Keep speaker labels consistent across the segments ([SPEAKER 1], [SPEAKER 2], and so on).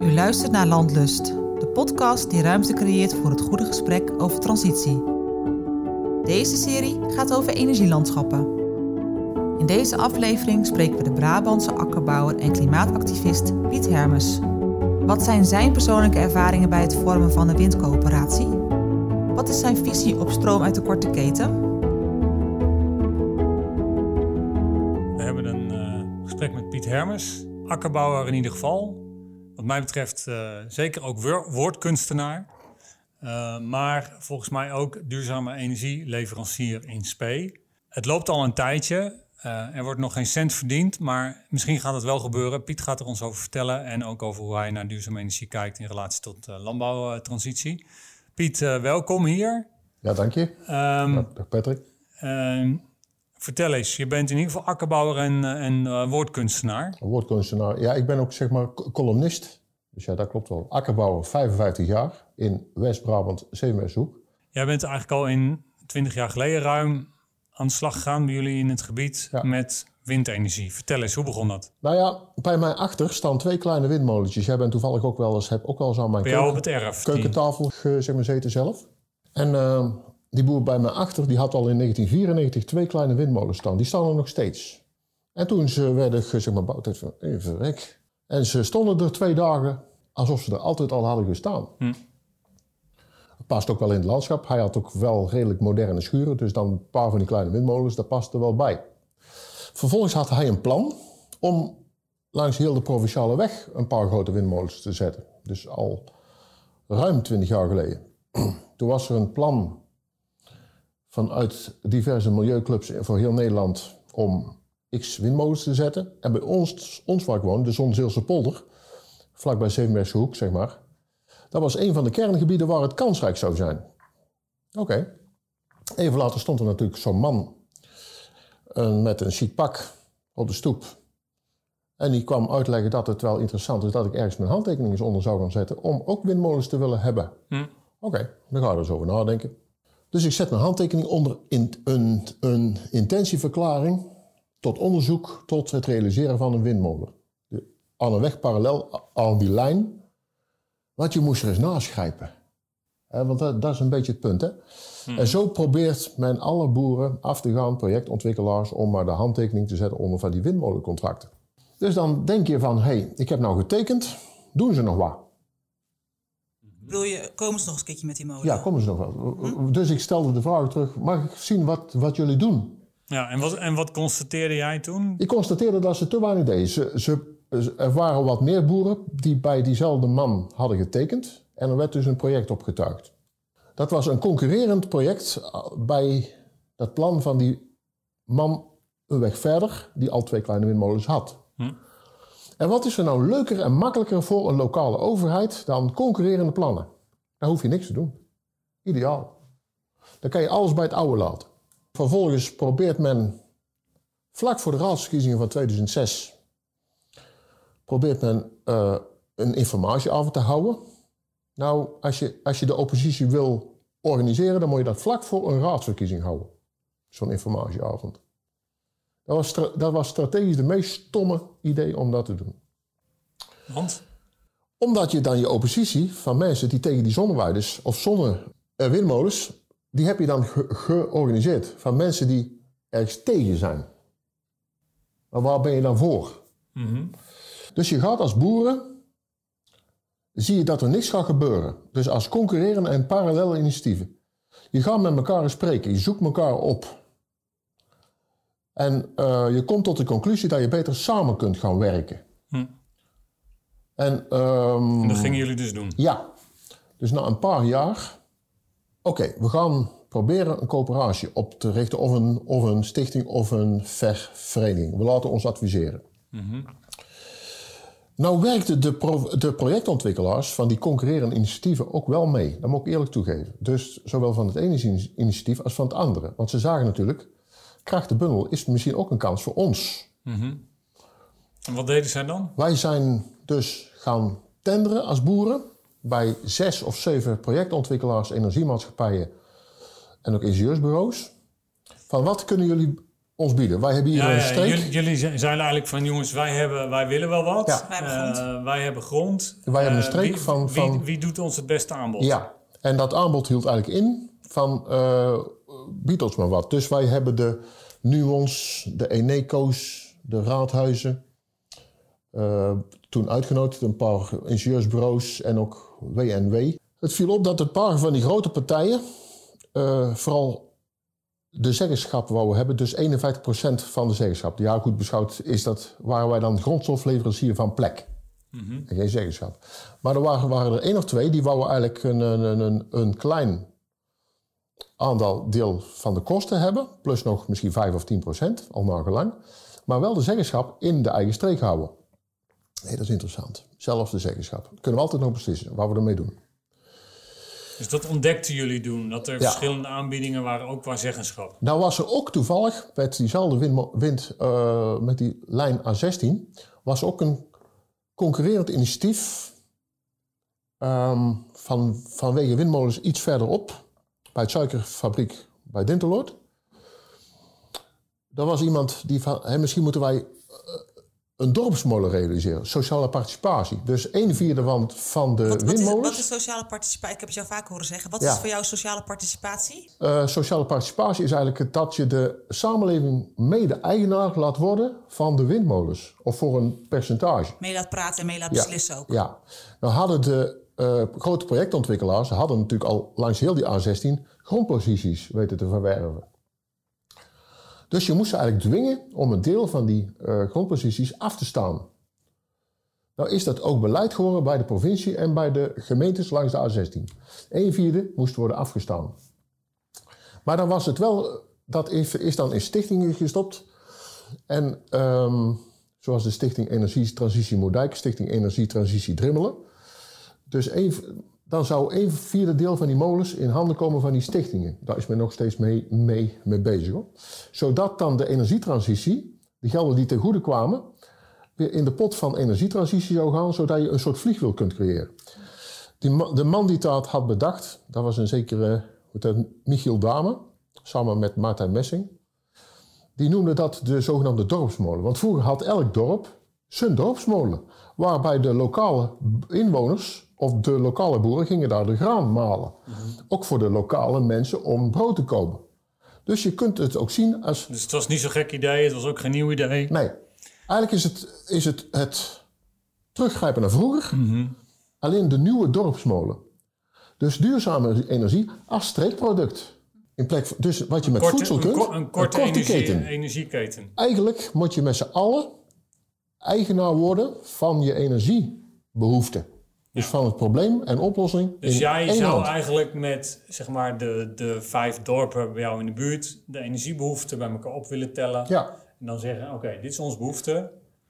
[SPEAKER 1] U luistert naar Landlust, de podcast die ruimte creëert voor het goede gesprek over transitie. Deze serie gaat over energielandschappen. In deze aflevering spreken we de Brabantse akkerbouwer en klimaatactivist Piet Hermes. Wat zijn zijn persoonlijke ervaringen bij het vormen van een windcoöperatie? Wat is zijn visie op stroom uit de korte keten?
[SPEAKER 2] We hebben een gesprek met Piet Hermes, akkerbouwer in ieder geval. Wat mij betreft zeker ook woordkunstenaar. Maar volgens mij ook duurzame energieleverancier in spe. Het loopt al een tijdje. Er wordt nog geen cent verdiend, maar misschien gaat het wel gebeuren. Piet gaat er ons over vertellen en ook over hoe hij naar duurzame energie kijkt in relatie tot landbouwtransitie. Piet, welkom hier.
[SPEAKER 3] Ja, dank je. Dag Patrick.
[SPEAKER 2] Vertel eens, je bent in ieder geval akkerbouwer en woordkunstenaar.
[SPEAKER 3] Woordkunstenaar. Ja, ik ben ook zeg maar columnist. Dus ja, dat klopt wel. Akkerbouwer, 55 jaar in West-Brabant, Zevenbergshoek.
[SPEAKER 2] Jij bent eigenlijk al in 20 jaar geleden ruim aan de slag gegaan bij jullie in het gebied met windenergie. Vertel eens, hoe begon dat?
[SPEAKER 3] Nou ja, bij mij achter staan 2 kleine windmolentjes. Jij bent toevallig ook wel eens, heb ook wel eens aan mijn keukentafel gezeten zelf. En die boer bij mij achter, die had al in 1994 2 kleine windmolens staan. Die staan er nog steeds. En toen ze werden gebouwd, van even weg. En ze stonden er 2 dagen alsof ze er altijd al hadden gestaan. Dat past ook wel in het landschap. Hij had ook wel redelijk moderne schuren. Dus dan een paar van die kleine windmolens, dat past er wel bij. Vervolgens had hij een plan om langs heel de provinciale weg een paar grote windmolens te zetten. Dus al ruim 20 jaar geleden. Toen was er een plan vanuit diverse milieuclubs voor heel Nederland om x windmolens te zetten. En bij ons waar ik woon, de Zonzeelse polder, vlakbij Zevenbergshoek, zeg maar. Dat was een van de kerngebieden waar het kansrijk zou zijn. Oké. Even later stond er natuurlijk zo'n man met een chic pak op de stoep. En die kwam uitleggen dat het wel interessant is dat ik ergens mijn handtekeningen onder zou gaan zetten om ook windmolens te willen hebben. Oké, dan ga ik er eens over nadenken. Dus ik zet mijn handtekening onder een intentieverklaring tot onderzoek tot het realiseren van een windmolen. Aan een weg parallel aan die lijn, want je moest er eens naschrijpen. Want dat is een beetje het punt. Hè? En zo probeert men alle boeren af te gaan, projectontwikkelaars, om maar de handtekening te zetten onder van die windmolencontracten. Dus dan denk je van, ik heb nou getekend, doen ze nog wat?
[SPEAKER 1] Bedoel je, komen ze nog eens een keertje met die molen?
[SPEAKER 3] Ja, komen ze nog wel. Dus ik stelde de vraag terug, mag ik zien wat jullie doen?
[SPEAKER 2] Ja, en wat constateerde jij toen?
[SPEAKER 3] Ik constateerde dat ze te weinig deden. Er waren wat meer boeren die bij diezelfde man hadden getekend. En er werd dus een project opgetuigd. Dat was een concurrerend project bij dat plan van die man een weg verder, die al 2 kleine windmolens had. En wat is er nou leuker en makkelijker voor een lokale overheid dan concurrerende plannen? Daar hoef je niks te doen. Ideaal. Dan kan je alles bij het oude laten. Vervolgens probeert men, vlak voor de raadsverkiezingen van 2006, probeert men een informatieavond te houden. Nou, als je de oppositie wil organiseren, dan moet je dat vlak voor een raadsverkiezing houden. Zo'n informatieavond. Dat was strategisch de meest stomme idee om dat te doen.
[SPEAKER 2] Want?
[SPEAKER 3] Omdat je dan je oppositie van mensen die tegen die zonneweiders of zonnewindmolens, die heb je dan georganiseerd. Van mensen die ergens tegen zijn. Maar waar ben je dan voor? Dus je gaat als boeren, zie je dat er niks gaat gebeuren. Dus als concurrerende en parallele initiatieven. Je gaat met elkaar spreken, je zoekt elkaar op. En je komt tot de conclusie dat je beter samen kunt gaan werken. En
[SPEAKER 2] dat gingen jullie dus doen?
[SPEAKER 3] Ja. Dus na een paar jaar, we gaan proberen een coöperatie op te richten of een stichting of een vereniging. We laten ons adviseren. Nou werkten de projectontwikkelaars van die concurrerende initiatieven ook wel mee. Dat moet ik eerlijk toegeven. Dus zowel van het ene initiatief als van het andere. Want ze zagen natuurlijk, krachtenbundel is misschien ook een kans voor ons.
[SPEAKER 2] En wat deden zij dan?
[SPEAKER 3] Wij zijn dus gaan tenderen als boeren bij 6 of 7 projectontwikkelaars, energiemaatschappijen en ook ingenieursbureaus. Van wat kunnen jullie ons bieden. Wij hebben hier een streek.
[SPEAKER 2] Jullie zeiden eigenlijk van jongens, wij willen wel wat. Ja. Wij hebben grond.
[SPEAKER 3] Wij hebben een streek
[SPEAKER 2] wie doet ons het beste aanbod?
[SPEAKER 3] Ja, en dat aanbod hield eigenlijk in van bied ons maar wat. Dus wij hebben de Nuons, de Eneco's, de Raadhuizen. Toen uitgenodigd, een paar ingenieursbureaus en ook WNW. Het viel op dat een paar van die grote partijen vooral de zeggenschap wouden hebben. Dus 51% van de zeggenschap. Ja, goed beschouwd waren wij dan grondstofleverancier van plek. Mm-hmm. En geen zeggenschap. Maar er waren er 1 of 2 die wouden eigenlijk een klein aandeel van de kosten hebben. Plus nog misschien 5 of 10%, al naar gelang. Maar wel de zeggenschap in de eigen streek houden. Nee, dat is interessant. Zelfs de zeggenschap. Kunnen we altijd nog beslissen wat we ermee doen.
[SPEAKER 2] Dus dat ontdekten jullie toen? Dat er verschillende aanbiedingen waren, ook qua zeggenschap?
[SPEAKER 3] Nou was er ook toevallig, met diezelfde wind met die lijn A16... was ook een concurrerend initiatief vanwege windmolens iets verderop... bij het suikerfabriek bij Dinteloord. Er was iemand die van... misschien moeten wij een dorpsmolen realiseren, sociale participatie. Dus 1/4 van de windmolens...
[SPEAKER 1] Wat is sociale participatie? Ik heb het jou vaak horen zeggen. Wat is voor jou sociale participatie?
[SPEAKER 3] Sociale participatie is eigenlijk dat je de samenleving mede-eigenaar laat worden van de windmolens. Of voor een percentage.
[SPEAKER 1] Mee laat praten en mee laat beslissen ook.
[SPEAKER 3] Ja. Nou hadden de grote projectontwikkelaars... hadden natuurlijk al langs heel die A16 grondposities weten te verwerven. Dus je moest ze eigenlijk dwingen om een deel van die grondposities af te staan. Nou is dat ook beleid geworden bij de provincie en bij de gemeentes langs de A16. 1/4 moest worden afgestaan. Maar dan was het wel, dat is dan in stichtingen gestopt. En zoals de Stichting Energietransitie Moerdijk, Stichting Energietransitie Drimmelen. Dus dan zou 1/4 deel van die molens in handen komen van die stichtingen. Daar is men nog steeds mee bezig. Hoor. Zodat dan de energietransitie, de gelden die ten goede kwamen, weer in de pot van energietransitie zou gaan, zodat je een soort vliegwiel kunt creëren. De man die dat had bedacht, dat was een zekere Michiel Dame, samen met Martijn Messing. Die noemde dat de zogenaamde dorpsmolen. Want vroeger had elk dorp zijn dorpsmolen, waarbij de lokale inwoners of de lokale boeren gingen daar de graan malen. Mm-hmm. Ook voor de lokale mensen om brood te kopen. Dus je kunt het ook zien als...
[SPEAKER 2] Dus het was niet zo'n gek idee, het was ook geen nieuw idee?
[SPEAKER 3] Nee. Eigenlijk is het teruggrijpen naar vroeger. Mm-hmm. Alleen de nieuwe dorpsmolen. Dus duurzame energie als streekproduct. Dus wat je met voedsel kunt...
[SPEAKER 2] Een korte energieketen.
[SPEAKER 3] Eigenlijk moet je met z'n allen eigenaar worden van je energiebehoeften. Dus van het probleem en oplossing.
[SPEAKER 2] Dus jij zou eigenlijk met zeg maar de 5 dorpen bij jou in de buurt de energiebehoeften bij elkaar op willen tellen.
[SPEAKER 3] Ja.
[SPEAKER 2] En dan zeggen, oké, dit is onze behoefte.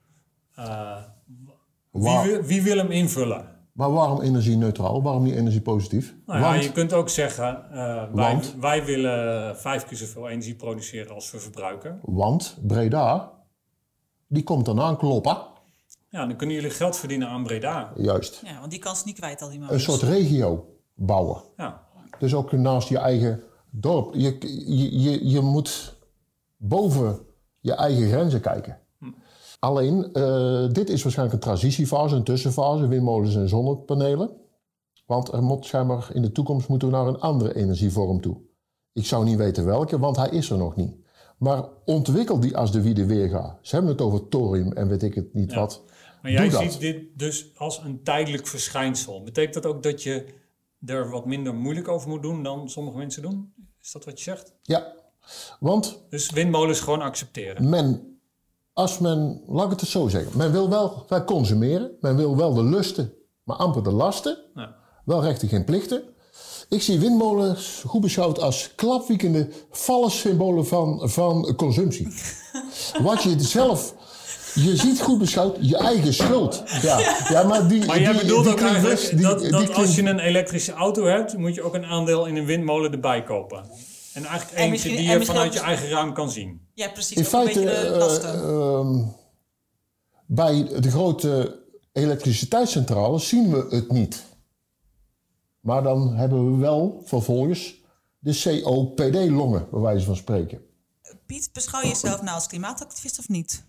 [SPEAKER 2] Wie wil hem invullen?
[SPEAKER 3] Maar waarom energie-neutraal? Waarom niet energie-positief?
[SPEAKER 2] Nou je kunt ook zeggen, wij willen 5 keer zoveel energie produceren als we verbruiken.
[SPEAKER 3] Want Breda, die komt dan aankloppen.
[SPEAKER 2] Ja, dan kunnen jullie geld verdienen aan Breda.
[SPEAKER 3] Juist.
[SPEAKER 1] Ja, want die kan ze niet kwijt, al die molens.
[SPEAKER 3] Een soort regio bouwen.
[SPEAKER 2] Ja.
[SPEAKER 3] Dus ook naast je eigen dorp. Je moet boven je eigen grenzen kijken. Alleen, dit is waarschijnlijk een transitiefase, een tussenfase, windmolens en zonnepanelen. Want schijnbaar in de toekomst moeten we naar een andere energievorm toe. Ik zou niet weten welke, want hij is er nog niet. Maar ontwikkel die als de wiede weer gaat. Ze hebben het over thorium en weet ik het niet wat.
[SPEAKER 2] Maar jij ziet dit dus als een tijdelijk verschijnsel. Betekent dat ook dat je er wat minder moeilijk over moet doen dan sommige mensen doen? Is dat wat je zegt?
[SPEAKER 3] Ja, want...
[SPEAKER 2] Dus windmolens gewoon accepteren?
[SPEAKER 3] Laat ik het zo zeggen. Men wil wel consumeren. Men wil wel de lusten, maar amper de lasten. Ja. Wel rechten, geen plichten. Ik zie windmolens goed beschouwd als klapwiekende vallensymbolen van consumptie. Wat je zelf... Je ziet goed beschouwd je eigen schuld. Ja, maar
[SPEAKER 2] jij bedoelt ook eigenlijk dat als je een elektrische auto hebt, moet je ook een aandeel in een windmolen erbij kopen. En eigenlijk eentje die je vanuit je eigen raam kan zien.
[SPEAKER 1] Ja, precies.
[SPEAKER 3] In feite, bij de grote elektriciteitscentrales zien we het niet. Maar dan hebben we wel vervolgens de COPD-longen, bij wijze van spreken.
[SPEAKER 1] Piet, beschouw je jezelf nou als klimaatactivist of niet?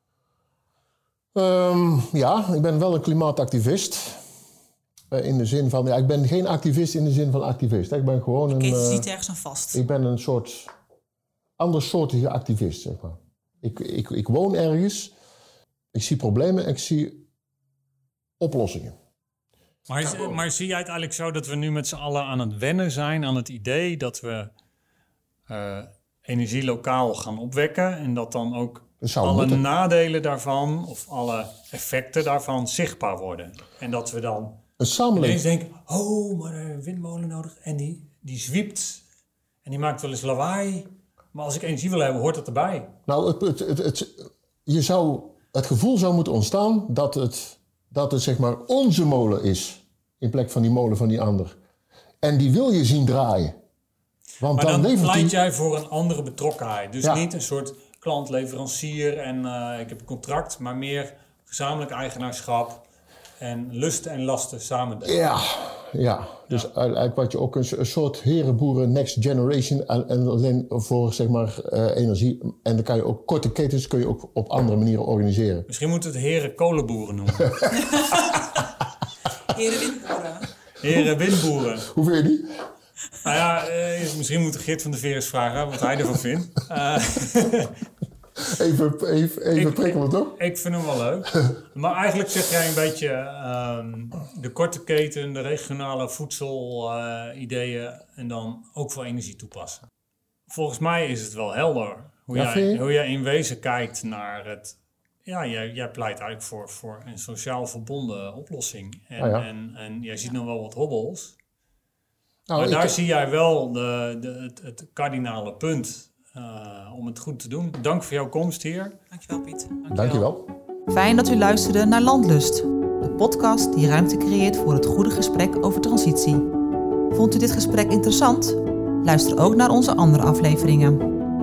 [SPEAKER 3] Ja, ik ben wel een klimaatactivist. In de zin van, ik ben geen activist in de zin van activist. Ik ben gewoon een...
[SPEAKER 1] Je zit ergens aan vast.
[SPEAKER 3] Ik ben een soort andersoortige activist, zeg maar. Ik woon ergens, ik zie problemen en ik zie oplossingen.
[SPEAKER 2] Maar zie jij het eigenlijk zo dat we nu met z'n allen aan het wennen zijn aan het idee dat we energie lokaal gaan opwekken en dat dan ook alle nadelen daarvan of alle effecten daarvan zichtbaar worden? En dat we dan ineens denken, maar we hebben een windmolen nodig en die zwiept en die maakt wel eens lawaai. Maar als ik energie wil hebben, hoort dat erbij.
[SPEAKER 3] Nou, het gevoel zou moeten ontstaan dat het zeg maar onze molen is in plek van die molen van die ander. En die wil je zien draaien. Want
[SPEAKER 2] maar dan pleit jij voor een andere betrokkenheid. Dus niet een soort klant-leverancier en ik heb een contract, maar meer gezamenlijk eigenaarschap en lusten en lasten samen delen.
[SPEAKER 3] Ja. Dus eigenlijk wat je ook een soort herenboeren next generation en alleen voor zeg maar energie. En dan kan je ook korte ketens kun je ook op andere manieren organiseren.
[SPEAKER 2] Misschien moeten we het heren kolenboeren noemen.
[SPEAKER 1] Heren windboeren.
[SPEAKER 2] Heren windboeren.
[SPEAKER 3] Hoe vind je die?
[SPEAKER 2] Nou ja, misschien moeten Geert van der Veer eens vragen wat hij ervan vindt.
[SPEAKER 3] Even prikkelen, toch?
[SPEAKER 2] Ik vind hem wel leuk. Maar eigenlijk zeg jij een beetje de korte keten, de regionale voedselideeën en dan ook voor energie toepassen. Volgens mij is het wel helder hoe jij in wezen kijkt naar het... Ja, jij pleit eigenlijk voor een sociaal verbonden oplossing. En jij ziet nog wel wat hobbels. Maar daar zie jij wel het kardinale punt om het goed te doen. Dank voor jouw komst hier.
[SPEAKER 1] Dankjewel, Piet.
[SPEAKER 3] Dankjewel.
[SPEAKER 1] Fijn dat u luisterde naar Landlust, de podcast die ruimte creëert voor het goede gesprek over transitie. Vond u dit gesprek interessant? Luister ook naar onze andere afleveringen.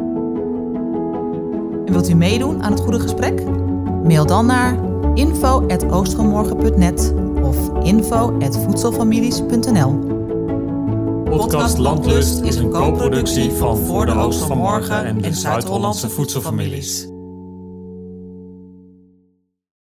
[SPEAKER 1] En wilt u meedoen aan het goede gesprek? Mail dan naar info@oostvanmorgen.net of info@voedselfamilies.nl.
[SPEAKER 2] Podcast Landlust is een co-productie van Voor de Oost van Morgen en de Zuid-Hollandse Voedselfamilies.